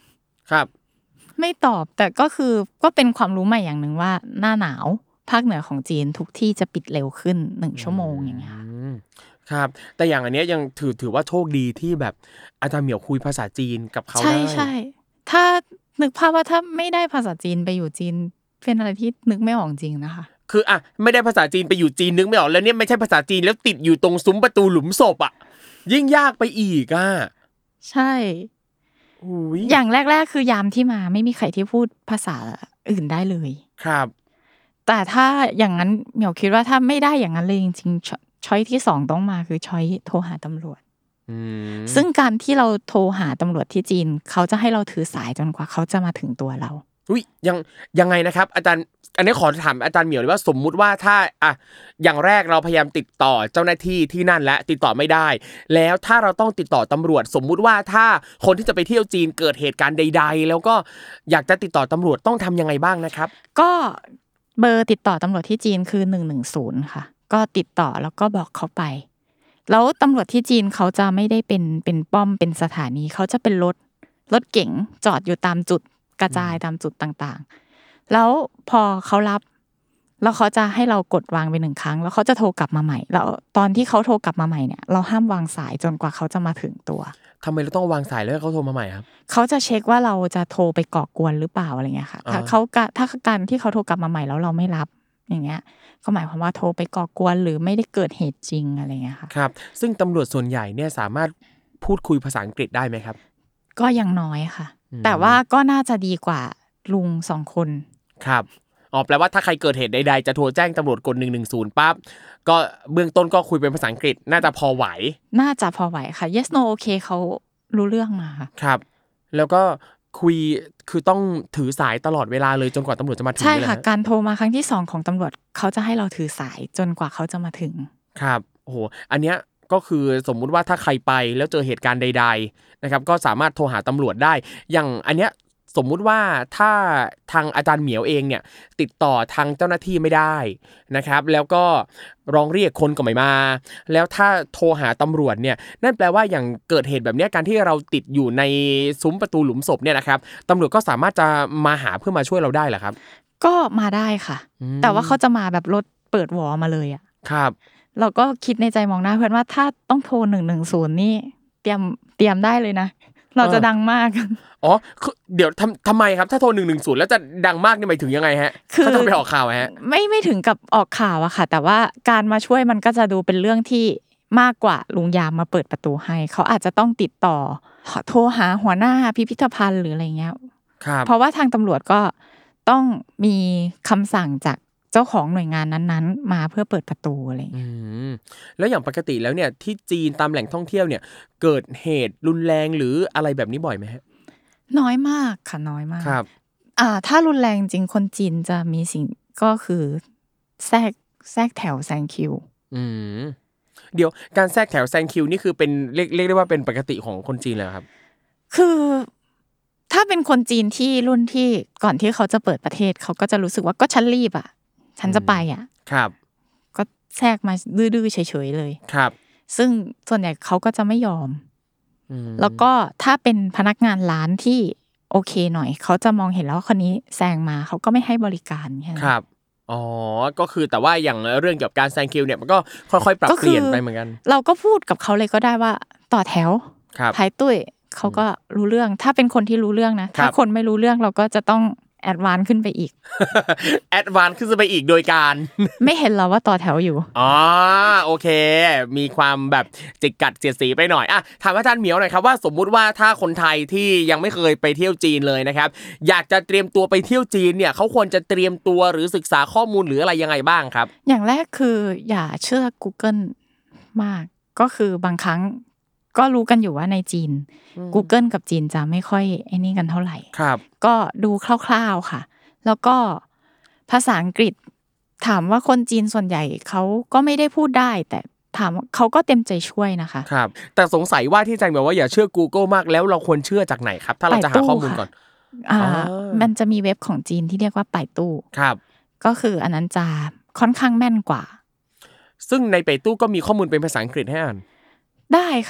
ครับไม่ตอบแต่ก็คือก็เป็นความรู้ใหม่อย่างหนึ่งว่าหน้าหนาวภาคเหนือของจีนทุกที่จะปิดเร็วขึ้น1ชั่วโมงอย่างเงี้ยครับแต่อย่างอันเนี้ยยังถือว่าโชคดีที่แบบอาจารย์เหมียวคุยภาษาจีนกับเขาได้ใช่ๆถ้านึกภาพว่าถ้าไม่ได้ภาษาจีนไปอยู่จีนเป็นอะไรที่นึกไม่ออกจริงนะคะคืออ่ะไม่ได้ภาษาจีนไปอยู่จีนนึกไม่ออกแล้วเนี่ยไม่ใช่ภาษาจีนแล้วติดอยู่ตรงซุ้มประตูหลุมศพอ่ะยิ่งยากไปอีกอ่ะใช่อย่างแรกๆคือยามที่มาไม่มีใครที่พูดภาษาอื่นได้เลยครับแต่ถ้าอย่างนั้นเหมียวคิดว่าถ้าไม่ได้อย่างนั้นเลยจริงๆช้อยที่2ต้องมาคือช้อยโทรหาตำรวจซึ่งการที่เราโทรหาตำรวจที่จีนเขาจะให้เราถือสายจนกว่าเขาจะมาถึงตัวเราอุ้ยยังไงนะครับอาจารย์อันนี้ขอถามอาจารย์เหมียวเลยว่าสมมุติว่าถ้าอ่ะอย่างแรกเราพยายามติดต่อเจ้าหน้าที่ที่นั่นและติดต่อไม่ได้แล้วถ้าเราต้องติดต่อตำรวจสมมุติว่าถ้าคนที่จะไปเที่ยวจีนเกิดเหตุการณ์ใดๆแล้วก็อยากจะติดต่อตำรวจต้องทำยังไงบ้างนะครับก็เบอร์ติดต่อตำรวจที่จีนคือ110ค่ะก็ติดต่อแล้วก็บอกเขาไปแล้วตำรวจที่จีนเขาจะไม่ได้เป็นป้อมเป็นสถานีเขาจะเป็นรถเก๋งจอดอยู่ตามจุดกระจายตามจุดต่างๆแล้วพอเขารับแล้วเขาจะให้เรากดวางไป1ครั้งแล้วเขาจะโทรกลับมาใหม่แล้วตอนที่เขาโทรกลับมาใหม่เนี่ยเราห้ามวางสายจนกว่าเขาจะมาถึงตัวทำไมเราต้องวางสายแล้วเขาโทรมาใหม่ครับเขาจะเช็คว่าเราจะโทรไปก่อกวนหรือเปล่าอะไรเงี้ยค่ะถ้าการที่เขาโทรกลับมาใหม่แล้วเราไม่รับอย่างเงี้ยก็หมายความว่าโทรไปก่อกวนหรือไม่ได้เกิดเหตุจริงอะไรเงี้ยค่ะครับซึ่งตำรวจส่วนใหญ่เนี่ยสามารถพูดคุยภาษาอังกฤษได้ไหมครับก็ยังน้อยค่ะแต่ว่าก็น่าจะดีกว่าลุง2คนครับอ๋อแปลว่าถ้าใครเกิดเหตุใดๆจะโทรแจ้งตำรวจกด110ปั๊บก็เบื้องต้นก็คุยเป็นภาษาอังกฤษน่าจะพอไหวน่าจะพอไหวค่ะ yes no okay เขารู้เรื่องมาครับแล้วก็คุยคือต้องถือสายตลอดเวลาเลยจนกว่าตำรวจจะมาถึงใช่ค่ะการโทรมาครั้งที่2ของตำรวจเขาจะให้เราถือสายจนกว่าเขาจะมาถึงครับโอ้โหอันเนี้ยก็คือสมมุติว่าถ้าใครไปแล้วเจอเหตุการณ์ใดๆนะครับก็สามารถโทรหาตำรวจได้อย่างอันเนี้ยสมมุติว่าถ้าทางอาจารย์เหมียวเองเนี่ยติดต่อทางเจ้าหน้าที่ไม่ได้นะครับแล้วก็ร้องเรียกคนก็ไม่มาแล้วถ้าโทรหาตำรวจเนี่ยนั่นแปลว่าอย่างเกิดเหตุแบบนี้การที่เราติดอยู่ในซุ้มประตูหลุมศพเนี่ยนะครับตำรวจก็สามารถจะมาหาเพื่อมาช่วยเราได้เหรอครับก็มาได้ค่ะแต่ว่าเขาจะมาแบบรถเปิดวอมาเลยอ่ะครับเราก็คิดในใจมองหน้าเพื่อนว่าถ้าต้องโทร110นี่เตรียมได้เลยนะเราจะดังมากอ๋อเดี๋ยวทำไมครับถ้าโทร110แล้วจะดังมากนี่หมายถึงยังไงฮะเขาจะไปออกข่าวฮะไม่ถึงกับออกข่าวอะค่ะแต่ว่าการมาช่วยมันก็จะดูเป็นเรื่องที่มากกว่าลุงยามมาเปิดประตูให้เขาอาจจะต้องติดต่อโทรหาหัวหน้าพิพิธภัณฑ์หรืออะไรเงี้ยเพราะว่าทางตำรวจก็ต้องมีคำสั่งจากเจ้าของหน่วยงานนั้นๆมาเพื่อเปิดประตูอะไรอย่างเงี้ยแล้วอย่างปกติแล้วเนี่ยที่จีนตามแหล่งท่องเที่ยวเนี่ยเกิดเหตุรุนแรงหรืออะไรแบบนี้บ่อยไหมฮะน้อยมากค่ะน้อยมากครับถ้ารุนแรงจริงคนจีนจะมีสิ่งก็คือแทรกแถวแซงคิวเดี๋ยวการแทรกแถวแซงคิวนี่คือเป็นเรียกได้ว่าเป็นปกติของคนจีนเลยครับคือถ้าเป็นคนจีนที่รุ่นที่ก่อนที่เขาจะเปิดประเทศเขาก็จะรู้สึกว่าก็ฉันรีบอ่ะฉันจะไปอ่ะครับก็แทรกมาดื้อๆเฉยๆเลยครับซึ่งส่วนใหญ่เขาก็จะไม่ยอมแล้วก็ถ้าเป็นพนักงานร้านที่โอเคหน่อยเขาจะมองเห็นแล้วคนนี้แซงมาเขาก็ไม่ให้บริการแค่นั้นครับอ๋อก็คือแต่ว่าอย่างเรื่องเกี่ยวกับการแซงคิวเนี่ยมันก็ค่อยๆปรับเปลี่ยนไปเหมือนกันเราก็พูดกับเขาเลยก็ได้ว่าต่อแถวท้ายตุ้ยเขาก็รู้เรื่องถ้าเป็นคนที่รู้เรื่องนะถ้าคนไม่รู้เรื่องเราก็จะต้องแอดวานซ์ขึ้นไปอีกแอดวานซ์ขึ้นไปอีกโดยการไม่เห็นเราว่าต่อแถวอยู่อ๋อโอเคมีความแบบจิกกัดเสียดสีไปหน่อยถามอาจารย์เหมียวหน่อยครับว่าสมมุติว่าถ้าคนไทยที่ยังไม่เคยไปเที่ยวจีนเลยนะครับอยากจะเตรียมตัวไปเที่ยวจีนเนี่ยเขาควรจะเตรียมตัวหรือศึกษาข้อมูลหรืออะไรยังไงบ้างครับอย่างแรกคืออย่าเชื่อ Google มากก็คือบางครั้งก็รู้กันอยู่ว่าในจีน Google กับจีนจะไม่ค่อยไอ้นี่กันเท่าไหร่ครับก็ดูคร่าวๆค่ะแล้วก็ภาษาอังกฤษถามว่าคนจีนส่วนใหญ่เขาก็ไม่ได้พูดได้แต่ถามเขาก็เต็มใจช่วยนะคะครับแต่สงสัยว่าที่อาจารย์บอกว่าอย่าเชื่อ Google มากแล้วเราควรเชื่อจากไหนครับถ้าเราจะหาข้อมูลก่อนมันจะมีเว็บของจีนที่เรียกว่าป่ายตู้ครับก็คืออันนั้นจะค่อนข้างแม่นกว่าซึ่งในป่ายตู้ก็มีข้อมูลเป็นภาษาอังกฤษให้อ่านได้ค่ะ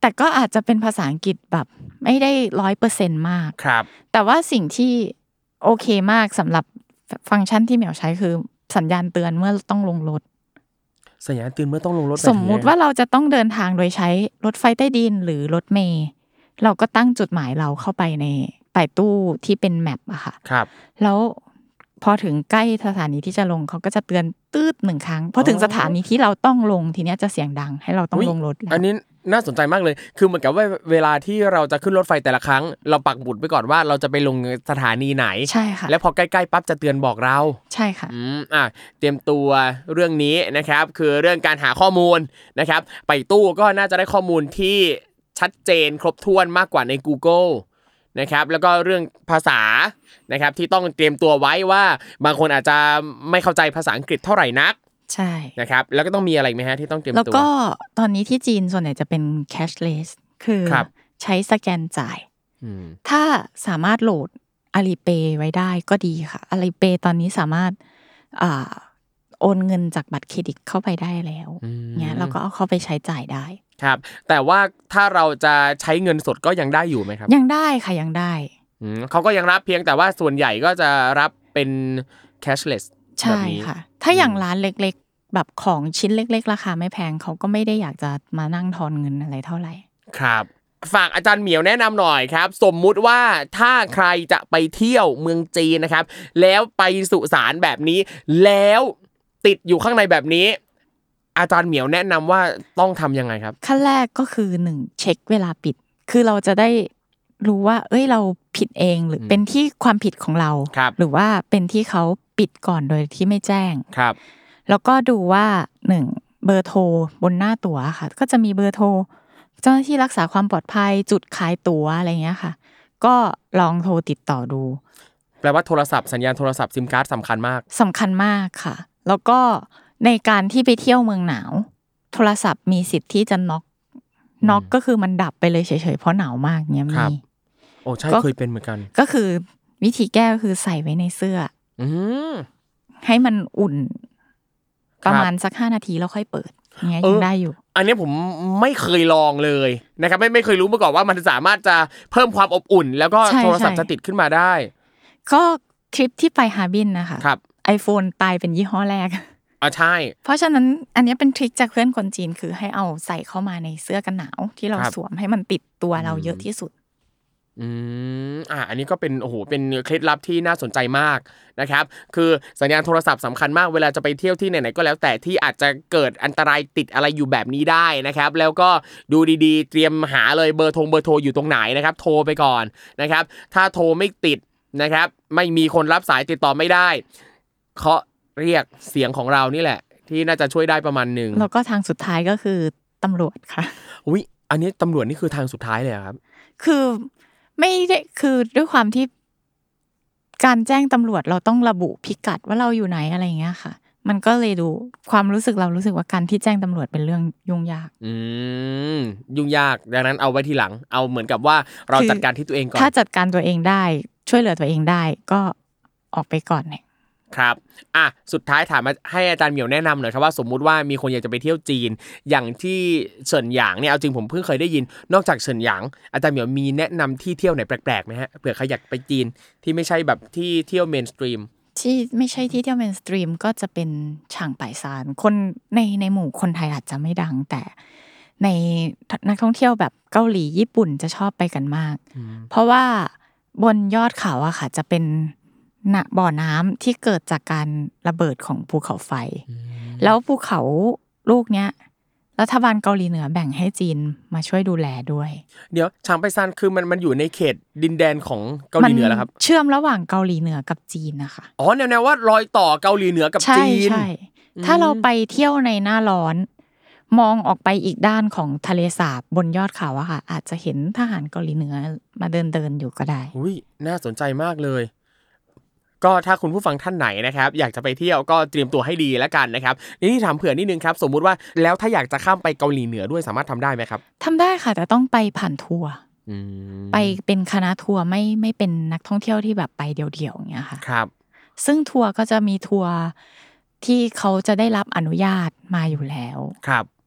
แต่ก็อาจจะเป็นภาษาอังกฤษแบบไม่ได้ 100% มากครับแต่ว่าสิ่งที่โอเคมากสำหรับฟังก์ชันที่เหมียวใช้คือสัญญาณเตือนเมื่อต้องลงรถสัญญาณเตือนเมื่อต้องลงรถสมมุติว่าเราจะต้องเดินทางโดยใช้รถไฟใต้ดินหรือรถเมล์เราก็ตั้งจุดหมายเราเข้าไปในปลายตู้ที่เป็นแมปอะค่ะครับแล้วพอถึงใกล้สถานีที่จะลงเขาก็จะเตือนตืด1ครั้งพอถึงสถานีที่เราต้องลงทีเนี้ยจะเสียงดังให้เราต้องลงรถอันนี้น่าสนใจมากเลยคือเหมือนกับว่าเวลาที่เราจะขึ้นรถไฟแต่ละครั้งเราปักหมุดไว้ก่อนว่าเราจะไปลงสถานีไหนใช่ค่ะแล้วพอใกล้ๆปั๊บจะเตือนบอกเราใช่ค่ะเตรียมตัวเรื่องนี้นะครับคือเรื่องการหาข้อมูลนะครับไปตู้ก็น่าจะได้ข้อมูลที่ชัดเจนครบถ้วนมากกว่าใน Google นะครับแล้วก็เรื่องภาษานะครับที่ต้องเตรียมตัวไว้ว่าบางคนอาจจะไม่เข้าใจภาษาอังกฤษเท่าไหร่นักใช่นะครับแล้วก็ต้องมีอะไรไหมฮะที่ต้องเตรียมตัวแล้วก็ตอนนี้ที่จีนส่วนใหญ่จะเป็น cashless คือใช้สแกนจ่ายถ้าสามารถโหลด Alipay ไว้ได้ก็ดีค่ะ Alipay ตอนนี้สามารถโอนเงินจากบัตรเครดิตเข้าไปได้แล้วเนี่ยเราก็เอาเข้าไปใช้จ่ายได้ครับแต่ว่าถ้าเราจะใช้เงินสดก็ยังได้อยู่ไหมครับยังได้ค่ะยังได้เขาก็ยังรับเพียงแต่ว่าส่วนใหญ่ก็จะรับเป็น cashless ใช่ค่ะถ้าอย่างร้านเล็กๆแบบของชิ้นเล็กๆราคาไม่แพงเขาก็ไม่ได้อยากจะมานั่งทอนเงินอะไรเท่าไหร่ครับฝากอาจารย์เหมียวแนะนำหน่อยครับสมมุติว่าถ้าใครจะไปเที่ยวเมืองจีนนะครับแล้วไปสุสานแบบนี้แล้วติดอยู่ข้างในแบบนี้อาจารย์เหมียวแนะนำว่าต้องทำยังไงครับขั้นแรกก็คือ1เช็คเวลาปิดคือเราจะได้รู้ว่าเราผิดเองหรือเป็นที่ความผิดของเราหรือว่าเป็นที่เขาปิดก่อนโดยที่ไม่แจ้งครับแล้วก็ดูว่า1เบอร์โทรบนหน้าตั๋วค่ะก็จะมีเบอร์โทรเจ้าหน้าที่รักษาความปลอดภัยจุดขายตั๋วอะไรเงี้ยค่ะก็ลองโทรติดต่อดูแปลว่าโทรศัพท์สัญญาณโทรศัพท์ซิมการ์ดสำคัญมากค่ะแล้วก็ในการที่ไปเที่ยวเมืองหนาวโทรศัพท์มีสิทธิ์ที่จะน็อกก็คือมันดับไปเลยเฉยๆเพราะหนาวมากเงี้ยมีโอ้ใช่เคยเป็นเหมือนกันก็คือวิธีแก้ก็คือใส่ไว้ในเสื้อให้มันอุ่นประมาณสัก5นาทีแล้วค่อยเปิดเงี้ยยังได้อยู่อันนี้ผมไม่เคยลองเลยนะครับไม่เคยรู้มาก่อนว่ามันสามารถจะเพิ่มความอบอุ่นแล้วก็โทรศัพท์จะติดขึ้นมาได้ก็ทริปที่ไปฮาร์บินนะคะ iPhone ตายเป็นยี่ห้อแรกใช่เพราะฉะนั้นอันนี้เป็นทริคจากเพื่อนคนจีนคือให้เอาใส่เข้ามาในเสื้อกันหนาวที่เราสวมให้มันติดตัวเราเยอะที่สุดอันนี้ก็เป็นโอ้โหเป็นเคล็ดลับที่น่าสนใจมากนะครับคือสัญญาณโทรศัพท์สำคัญมากเวลาจะไปเที่ยวที่ไหนๆก็แล้วแต่ที่อาจจะเกิดอันตรายติดอะไรอยู่แบบนี้ได้นะครับแล้วก็ดูดีๆเตรียมหาเลยเบอร์โทรอยู่ตรงไหนนะครับโทรไปก่อนนะครับถ้าโทรไม่ติดนะครับไม่มีคนรับสายติดต่อไม่ได้เคาะเรียกเสียงของเรานี่แหละที่น่าจะช่วยได้ประมาณนึงแล้วก็ทางสุดท้ายก็คือตำรวจค่ะอุ๊ยอันนี้ตำรวจนี่คือทางสุดท้ายเลยครับคือไม่ได้คือด้วยความที่การแจ้งตำรวจเราต้องระบุพิกัดว่าเราอยู่ไหนอะไรอย่างเงี้ยค่ะมันก็เลยดูความรู้สึกเรารู้สึกว่าการที่แจ้งตำรวจเป็นเรื่องยุ่งยากยุ่งยากดังนั้นเอาไว้ทีหลังเอาเหมือนกับว่าเราจัดการที่ตัวเองก่อนถ้าจัดการตัวเองได้ช่วยเหลือตัวเองได้ก็ออกไปก่อนเนี่ยครับสุดท้ายถามมาให้อาจารย์เหมียวแนะนำหน่อยครับว่าสมมุติว่ามีคนอยากจะไปเที่ยวจีนอย่างที่เฉินหยางเนี่ยเอาจริงผมเพิ่งเคยได้ยินนอกจากเฉินหยางอาจารย์เหมียวมีแนะนำที่เที่ยวไหนแปลกๆไหมฮะเผื่อใครอยากไปจีนที่ไม่ใช่แบบที่เที่ยวเมนสตรีมที่ไม่ใช่ที่เที่ยวเมนสตรีมก็จะเป็นฉางป่ายซานคนในหมู่คนไทยอาจจะไม่ดังแต่ในนักท่องเที่ยวแบบเกาหลีญี่ปุ่นจะชอบไปกันมากเพราะว่าบนยอดเขาอะค่ะจะเป็นบ่อน้ำที่เกิดจากการระเบิดของภูเขาไฟแล้วภูเขาลูกเนี้ยรัฐบาลเกาหลีเหนือแบ่งให้จีนมาช่วยดูแลด้วยเดี๋ยวฉางไปซานคือมันอยู่ในเขตดินแดนของเกาหลีเหนือแล้วครับเชื่อมระหว่างเกาหลีเหนือกับจีนนะคะแนวว่ารอยต่อเกาหลีเหนือกับจีนใช่ถ้าเราไปเที่ยวในหน้าร้อนมองออกไปอีกด้านของทะเลสาบบนยอดเขาอะค่ะอาจจะเห็นทหารเกาหลีเหนือมาเดินอยู่ก็ได้อุ้ยน่าสนใจมากเลยก็ถ้าคุณผู้ฟังท่านไหนนะครับอยากจะไปเที่ยวก็เตรียมตัวให้ดีแล้วกันนะครับนี่ถามเผื่อนิดนึงครับสมมุติว่าแล้วถ้าอยากจะข้ามไปเกาหลีเหนือด้วยสามารถทำได้ไหมครับทำได้ค่ะแต่ต้องไปผ่านทัวร์ไปเป็นคณะทัวร์ไม่เป็นนักท่องเที่ยวที่แบบไปเดี่ยวๆอย่างเงี้ยค่ะครับซึ่งทัวร์ก็จะมีทัวร์ที่เขาจะได้รับอนุญาตมาอยู่แล้วครับ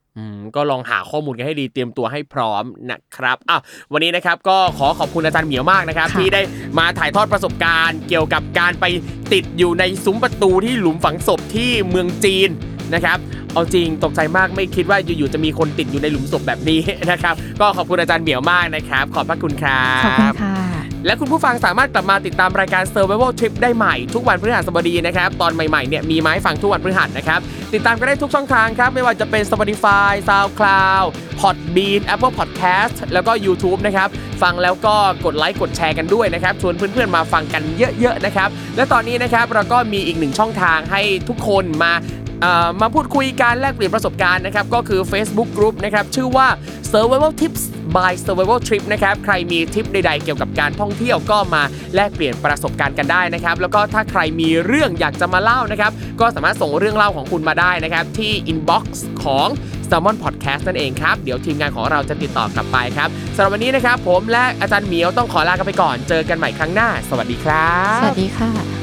ก็ลองหาข้อมูลกันให้ดีเตรียมตัวให้พร้อมนะครับวันนี้นะครับก็ขอบคุณอาจารย์เหมียวมากนะครับที่ได้มาถ่ายทอดประสบการณ์เกี่ยวกับการไปติดอยู่ในซุ้มประตูที่หลุมฝังศพที่เมืองจีนนะครับเอาจริงตกใจมากไม่คิดว่าอยู่ๆจะมีคนติดอยู่ในหลุมศพแบบนี้นะครับก็ขอบคุณอาจารย์เหมียวมากนะครับขอบพระคุณครับขอบคุณค่ะและคุณผู้ฟังสามารถกลับมาติดตามรายการ Survival Trip ได้ใหม่ทุกวันพฤหัสบดีนะครับตอนใหม่ๆเนี่ยมีมาให้ฟังทุกวันพฤหัสนะครับติดตามกันได้ทุกช่องทางครับไม่ว่าจะเป็น Spotify SoundCloud Podbean Apple Podcast แล้วก็ YouTube นะครับฟังแล้วก็กดไลค์กดแชร์กันด้วยนะครับชวนเพื่อนๆมาฟังกันเยอะๆนะครับและตอนนี้นะครับเราก็มีอีกหนึ่งช่องทางให้ทุกคนมาพูดคุยกันแลกเปลี่ยนประสบการณ์นะครับก็คือ Facebook Group นะครับชื่อว่า Survival Tips by Survival Trip นะครับใครมีทิปใดๆเกี่ยวกับการท่องเที่ยวก็มาแลกเปลี่ยนประสบการณ์กันได้นะครับแล้วก็ถ้าใครมีเรื่องอยากจะมาเล่านะครับก็สามารถส่งเรื่องเล่าของคุณมาได้นะครับที่ inbox ของ Salmon Podcast นั่นเองครับเดี๋ยวทีมงานของเราจะติดต่อกลับไปครับสำหรับวันนี้นะครับผมและอาจารย์เหมียวต้องขอลากันไปก่อนเจอกันใหม่ครั้งหน้าสวัสดีครับสวัสดีค่ะ